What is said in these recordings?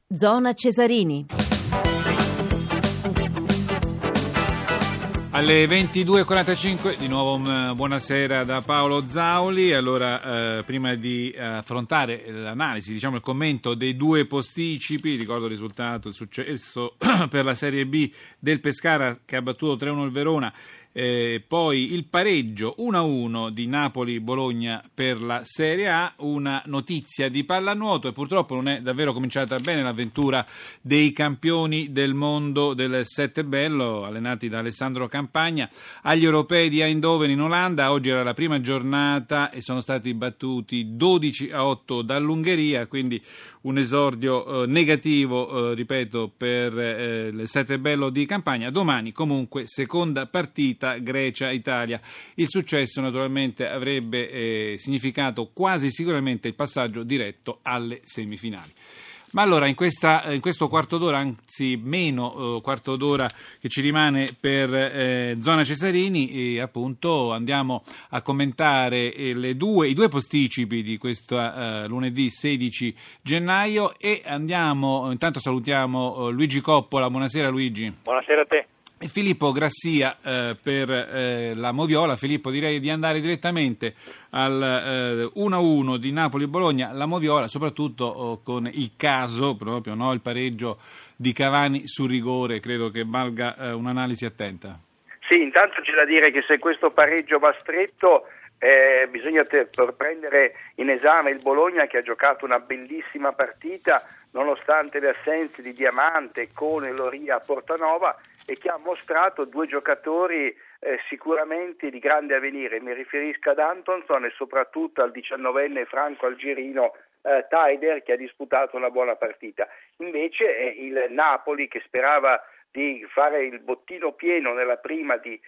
Zona Cesarini. Alle 22.45 di nuovo buonasera da Paolo Zauli. Allora, prima di affrontare l'analisi, il commento dei due posticipi, ricordo il risultato, il successo per la Serie B del Pescara che ha battuto 3-1 il Verona, poi il pareggio 1-1 di Napoli-Bologna per la Serie A, una notizia di pallanuoto, e purtroppo non è davvero cominciata bene l'avventura dei campioni del mondo del settebello allenati da Alessandro Campagna agli europei di Eindhoven in Olanda. Oggi era la prima giornata e sono stati battuti 12-8 dall'Ungheria, quindi un esordio negativo, ripeto, per il settebello di Campagna. Domani comunque seconda partita Grecia-Italia. Il successo naturalmente avrebbe significato quasi sicuramente il passaggio diretto alle semifinali. Ma allora in questo quarto d'ora, anzi meno quarto d'ora che ci rimane per Zona Cesarini, appunto andiamo a commentare i due posticipi di questo lunedì 16 gennaio e intanto salutiamo Luigi Coppola. Buonasera Luigi. Buonasera a te. E Filippo Grassia per la Moviola. Filippo, direi di andare direttamente al 1-1 di Napoli-Bologna, la Moviola, soprattutto con il caso proprio, no? Il pareggio di Cavani su rigore, credo che valga un'analisi attenta. Sì, intanto c'è da dire che se questo pareggio va stretto bisogna prendere in esame il Bologna, che ha giocato una bellissima partita nonostante le assenze di Diamante, Cone, Loria, Portanova, e che ha mostrato due giocatori sicuramente di grande avvenire. Mi riferisco ad Antonson e soprattutto al 19enne franco algerino Taider, che ha disputato una buona partita. Invece è il Napoli, che sperava di fare il bottino pieno nella prima di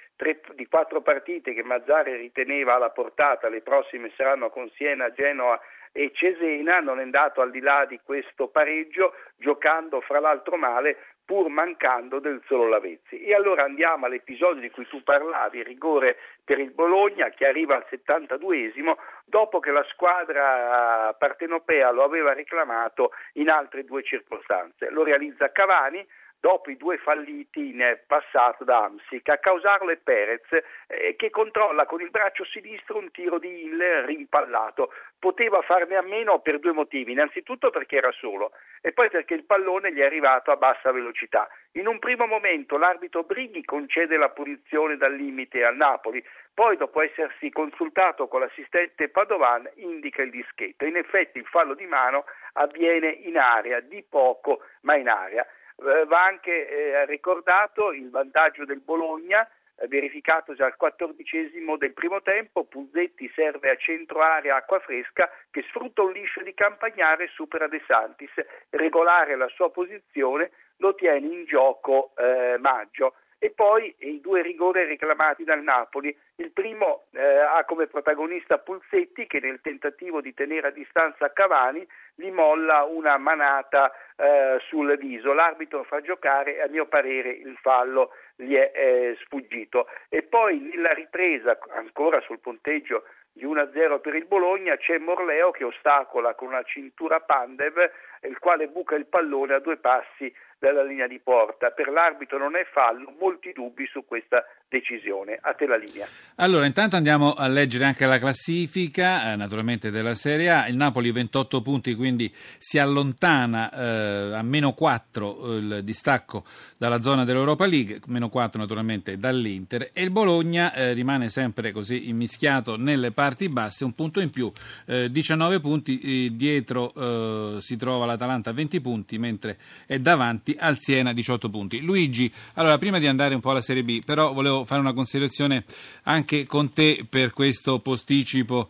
4 partite che Mazzarri riteneva alla portata. Le prossime saranno con Siena, Genoa e Cesena. Non è andato al di là di questo pareggio, giocando fra l'altro male, pur mancando del solo Lavezzi. E allora andiamo all'episodio di cui tu parlavi, il rigore per il Bologna, che arriva al 72esimo, dopo che la squadra partenopea lo aveva reclamato in altre due circostanze. Lo realizza Cavani dopo i due falliti in passato da Hamsik. A causarlo è Perez, che controlla con il braccio sinistro un tiro di Hill rimpallato. Poteva farne a meno per due motivi: innanzitutto perché era solo, e poi perché il pallone gli è arrivato a bassa velocità. In un primo momento l'arbitro Brighi concede la punizione dal limite al Napoli, poi dopo essersi consultato con l'assistente Padovan indica il dischetto. In effetti il fallo di mano avviene in area, di poco ma in area. Va anche ricordato il vantaggio del Bologna, verificatosi al 14esimo del primo tempo. Puzzetti serve a centro area acqua fresca, che sfrutta un liscio di Campagnare e supera De Santis. Regolare la sua posizione lo tiene in gioco Maggio. E poi i due rigori reclamati dal Napoli. Il primo ha come protagonista Puzzetti, che nel tentativo di tenere a distanza Cavani gli molla una manata sul viso. L'arbitro fa giocare e a mio parere il fallo gli è sfuggito. E poi nella ripresa, ancora sul punteggio di 1-0 per il Bologna, c'è Morleo che ostacola con una cintura Pandev, il quale buca il pallone a 2 passi dalla linea di porta. Per l'arbitro non è fallo, molti dubbi su questa decisione. A te la linea. Allora, intanto andiamo a leggere anche la classifica, naturalmente della Serie A. Il Napoli 28 punti, quindi si allontana a meno 4 il distacco dalla zona dell'Europa League, meno 4 naturalmente dall'Inter, e il Bologna rimane sempre così immischiato nelle parti basse, un punto in più, 19 punti, dietro si trova l'Atalanta a 20 punti, mentre è davanti al Siena 18 punti. Luigi, allora prima di andare un po' alla Serie B, però volevo fare una considerazione anche con te per questo posticipo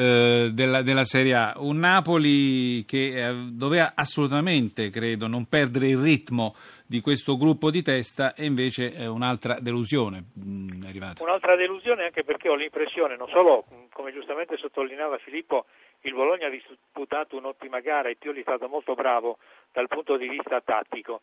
della Serie A. Un Napoli che doveva assolutamente, credo, non perdere il ritmo di questo gruppo di testa, e invece è un'altra delusione è arrivata. Un'altra delusione, anche perché ho l'impressione, non solo, come giustamente sottolineava Filippo, il Bologna ha disputato un'ottima gara e Pioli è stato molto bravo dal punto di vista tattico,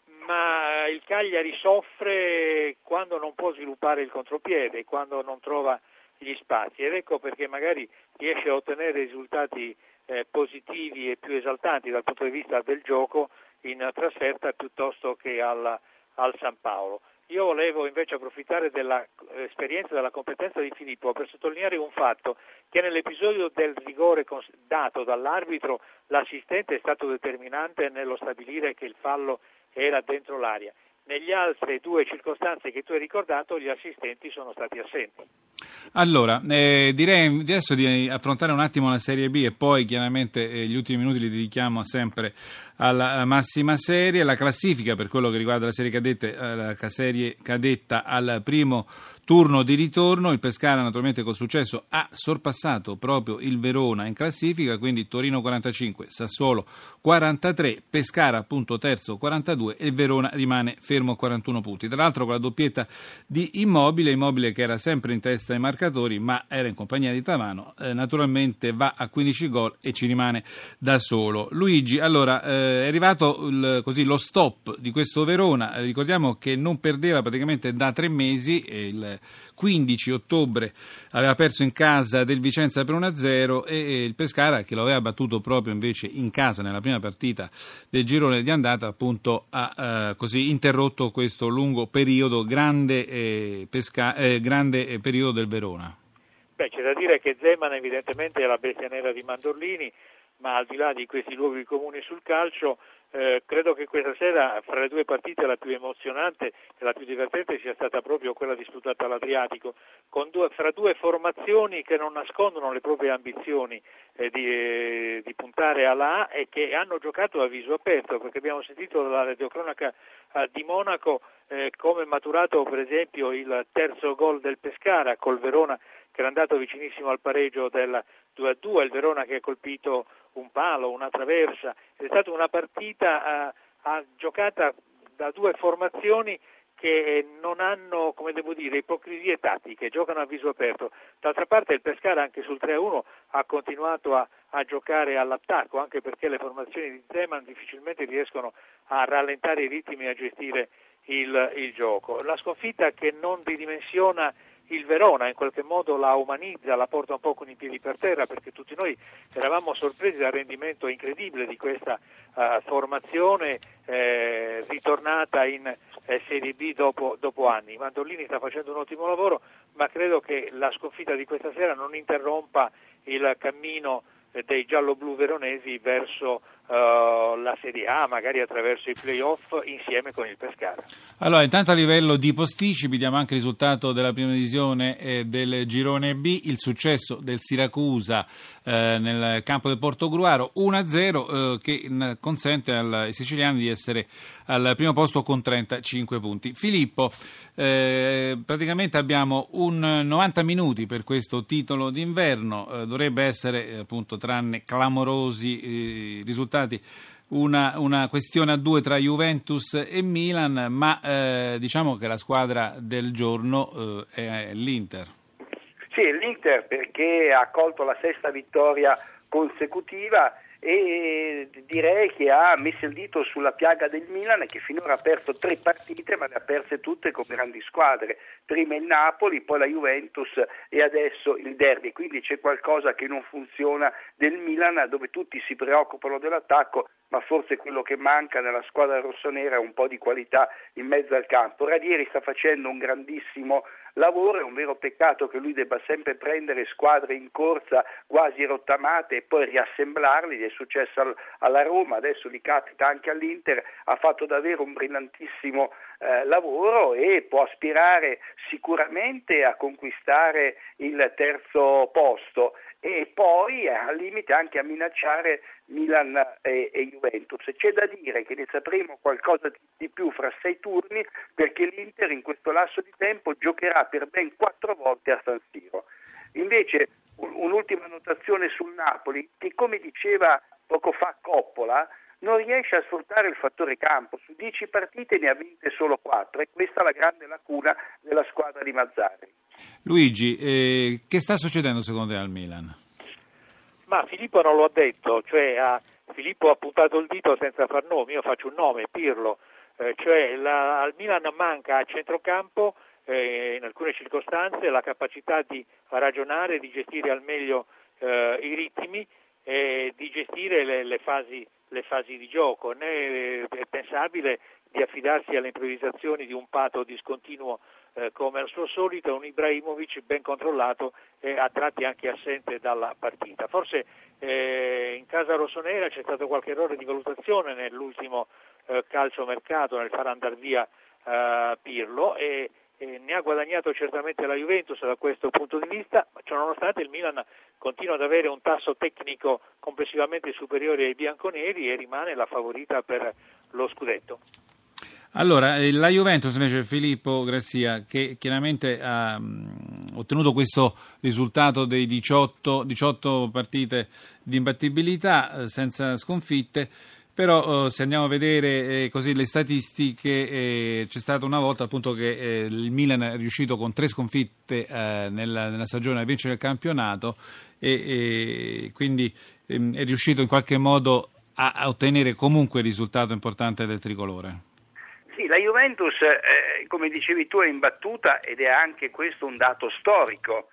ma il Cagliari soffre quando non può sviluppare il contropiede, quando non trova gli spazi, ed ecco perché magari riesce a ottenere risultati positivi e più esaltanti dal punto di vista del gioco in trasferta piuttosto che al San Paolo. Io volevo invece approfittare dell'esperienza e della competenza di Filippo per sottolineare un fatto, che nell'episodio del rigore dato dall'arbitro l'assistente è stato determinante nello stabilire che il fallo era dentro l'area. Negli altre due circostanze che tu hai ricordato gli assistenti sono stati assenti. Allora, direi adesso di affrontare un attimo la Serie B e poi chiaramente gli ultimi minuti li dedichiamo sempre alla massima serie. La classifica per quello che riguarda la serie cadette, la serie cadetta al primo turno di ritorno, il Pescara naturalmente col successo ha sorpassato proprio il Verona in classifica, quindi Torino 45, Sassuolo 43, Pescara appunto terzo 42 e il Verona rimane fermo a 41 punti. Tra l'altro con la doppietta di Immobile che era sempre in testa ai marcatori ma era in compagnia di Tavano, naturalmente va a 15 gol e ci rimane da solo. Luigi, allora è arrivato lo stop di questo Verona, ricordiamo che non perdeva praticamente da 3 mesi, il 15 ottobre aveva perso in casa del Vicenza per 1-0 e il Pescara, che lo aveva battuto proprio invece in casa nella prima partita del girone di andata, appunto ha così interrotto questo lungo periodo, grande periodo del Verona. Beh, c'è da dire che Zeman evidentemente è la bestia nera di Mandorlini, ma al di là di questi luoghi comuni sul calcio, credo che questa sera fra le due partite la più emozionante e la più divertente sia stata proprio quella disputata all'Adriatico, fra due formazioni che non nascondono le proprie ambizioni di puntare alla A e che hanno giocato a viso aperto, perché abbiamo sentito dalla radiocronaca di Monaco come è maturato per esempio il terzo gol del Pescara col Verona che era andato vicinissimo al pareggio del 2-2, il Verona che ha colpito un palo, una traversa. È stata una partita giocata da due formazioni che non hanno, come devo dire, ipocrisie tattiche, giocano a viso aperto. D'altra parte il Pescara anche sul 3-1 ha continuato a giocare all'attacco, anche perché le formazioni di Zeman difficilmente riescono a rallentare i ritmi e a gestire il gioco. La sconfitta che non ridimensiona il Verona, in qualche modo la umanizza, la porta un po' con i piedi per terra, perché tutti noi eravamo sorpresi dal rendimento incredibile di questa formazione ritornata in Serie B dopo anni. Mandorlini sta facendo un ottimo lavoro, ma credo che la sconfitta di questa sera non interrompa il cammino dei giallo-blu veronesi verso la Serie A, magari attraverso i play-off insieme con il Pescara. Allora, intanto a livello di posticipi diamo anche il risultato della prima divisione del girone B, il successo del Siracusa nel campo del Portogruaro 1-0 che consente ai siciliani di essere al primo posto con 35 punti. Filippo, praticamente abbiamo 90 minuti per questo titolo d'inverno, dovrebbe essere appunto tranne clamorosi risultati una questione a due tra Juventus e Milan, ma diciamo che la squadra del giorno è l'Inter. Sì, l'Inter perché ha colto la sesta vittoria consecutiva e direi che ha messo il dito sulla piaga del Milan, che finora ha perso 3 partite ma le ha perse tutte con grandi squadre, prima il Napoli, poi la Juventus e adesso il derby, quindi c'è qualcosa che non funziona del Milan, dove tutti si preoccupano dell'attacco, ma forse quello che manca nella squadra rossonera è un po' di qualità in mezzo al campo. Ranieri sta facendo un grandissimo lavoro, è un vero peccato che lui debba sempre prendere squadre in corsa quasi rottamate e poi riassemblarli, gli è successo alla Roma, adesso gli capita anche all'Inter, ha fatto davvero un brillantissimo lavoro e può aspirare sicuramente a conquistare il terzo posto e poi al limite anche a minacciare Milan e Juventus. C'è da dire che ne sapremo qualcosa di più fra 6 turni, perché l'Inter in questo lasso di tempo giocherà per ben 4 volte a San Siro. Invece un'ultima notazione sul Napoli, che come diceva poco fa Coppola non riesce a sfruttare il fattore campo, su 10 partite ne ha vinte solo 4 e questa è la grande lacuna della squadra di Mazzarri. Luigi, che sta succedendo secondo te al Milan? Ma Filippo non lo ha detto, Filippo ha puntato il dito senza far nomi, io faccio un nome, Pirlo, al Milan manca a centrocampo in alcune circostanze la capacità di ragionare, di gestire al meglio i ritmi e di gestire le fasi le fasi di gioco, né è pensabile di affidarsi alle improvvisazioni di un Pato discontinuo come al suo solito, un Ibrahimovic ben controllato e a tratti anche assente dalla partita. Forse in casa rossonera c'è stato qualche errore di valutazione nell'ultimo calciomercato, nel far andare via Pirlo, e ne ha guadagnato certamente la Juventus da questo punto di vista, ma ciononostante il Milan continua ad avere un tasso tecnico complessivamente superiore ai bianconeri e rimane la favorita per lo scudetto. Allora, la Juventus invece, Filippo Grassia, che chiaramente ha ottenuto questo risultato dei 18 partite di imbattibilità senza sconfitte, però se andiamo a vedere così le statistiche, c'è stata una volta appunto che il Milan è riuscito con 3 sconfitte nella stagione a vincere il campionato e quindi è riuscito in qualche modo a ottenere comunque il risultato importante del tricolore. Sì, la Juventus, come dicevi tu, è imbattuta ed è anche questo un dato storico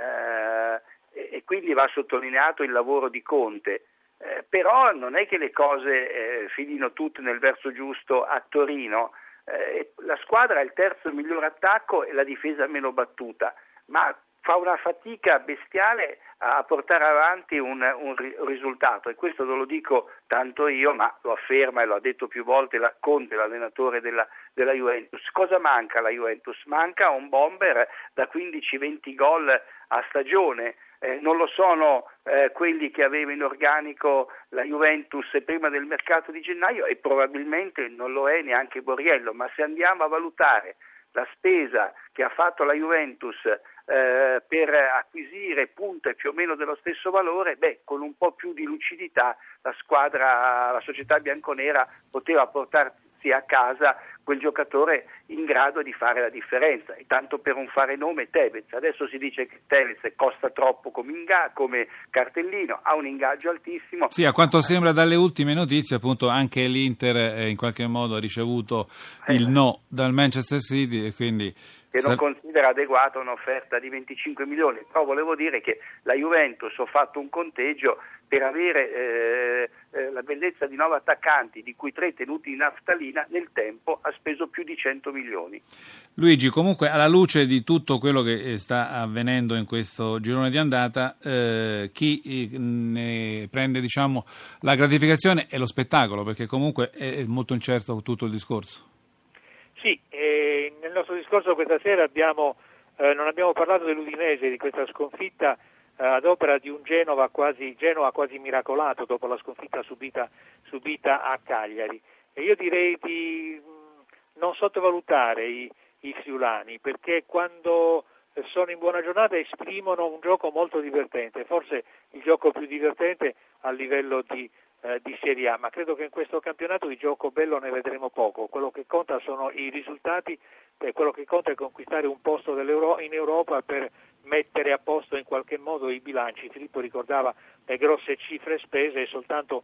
e quindi va sottolineato il lavoro di Conte. Però non è che le cose filino tutte nel verso giusto a Torino. La squadra ha il terzo miglior attacco e la difesa meno battuta, ma fa una fatica bestiale a portare avanti un risultato, e questo non lo dico tanto io, ma lo afferma e lo ha detto più volte Conte, l'allenatore della Juventus. Cosa manca alla Juventus? Manca un bomber da 15-20 gol a stagione. Non lo sono quelli che aveva in organico la Juventus prima del mercato di gennaio, e probabilmente non lo è neanche Borriello, ma se andiamo a valutare la spesa che ha fatto la Juventus per acquisire punte più o meno dello stesso valore, con un po' più di lucidità la società bianconera poteva portarsi a casa quel giocatore in grado di fare la differenza. E tanto per un fare nome, Tevez. Adesso si dice che Tevez costa troppo come cartellino, ha un ingaggio altissimo. Sì, a quanto sembra dalle ultime notizie, appunto anche l'Inter in qualche modo ha ricevuto il no dal Manchester City e quindi che non considera adeguata un'offerta di 25 milioni. Però volevo dire che la Juventus, ho fatto un conteggio, per avere la bellezza di 9 attaccanti, di cui 3 tenuti in naftalina, nel tempo ha speso più di 100 milioni. Luigi, comunque alla luce di tutto quello che sta avvenendo in questo girone di andata, chi ne prende la gratificazione è lo spettacolo, perché comunque è molto incerto tutto il discorso. Sì, nel nostro discorso questa sera non abbiamo parlato dell'Udinese, di questa sconfitta ad opera di un Genoa quasi miracolato dopo la sconfitta subita a Cagliari. E io direi di non sottovalutare i friulani, perché quando sono in buona giornata esprimono un gioco molto divertente, forse il gioco più divertente a livello di Serie A, ma credo che in questo campionato di gioco bello ne vedremo poco. Quello che conta sono i risultati, quello che conta è conquistare un posto in Europa per mettere a posto in qualche modo i bilanci. Filippo ricordava le grosse cifre spese e soltanto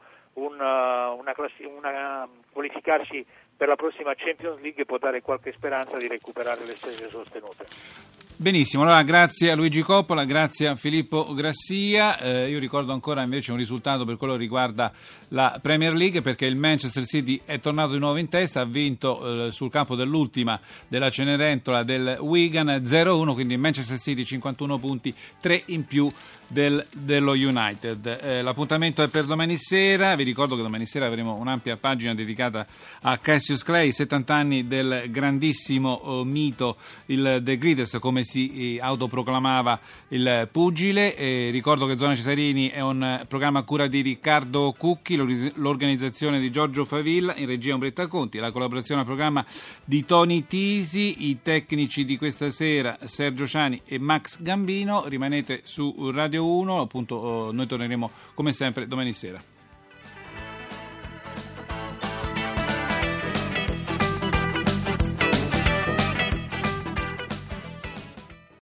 qualificarsi per la prossima Champions League può dare qualche speranza di recuperare le spese sostenute. Benissimo, allora grazie a Luigi Coppola, grazie a Filippo Grassia. Io ricordo ancora invece un risultato per quello che riguarda la Premier League, perché il Manchester City è tornato di nuovo in testa, ha vinto sul campo dell'ultima della Cenerentola del Wigan 0-1, quindi Manchester City 51 punti, 3 in più dello United. L'appuntamento è per domani sera. Vi ricordo che domani sera avremo un'ampia pagina dedicata a Cassius Clay, 70 anni del grandissimo mito, il The Greatest, come si autoproclamava il pugile. Ricordo che Zona Cesarini è un programma a cura di Riccardo Cucchi, l'organizzazione di Giorgio Favilla, in regia Umbretta Conti, la collaborazione al programma di Toni Tisi, i tecnici di questa sera Sergio Ciani e Max Gambino. Rimanete su Radio 1, appunto noi torneremo come sempre domani sera.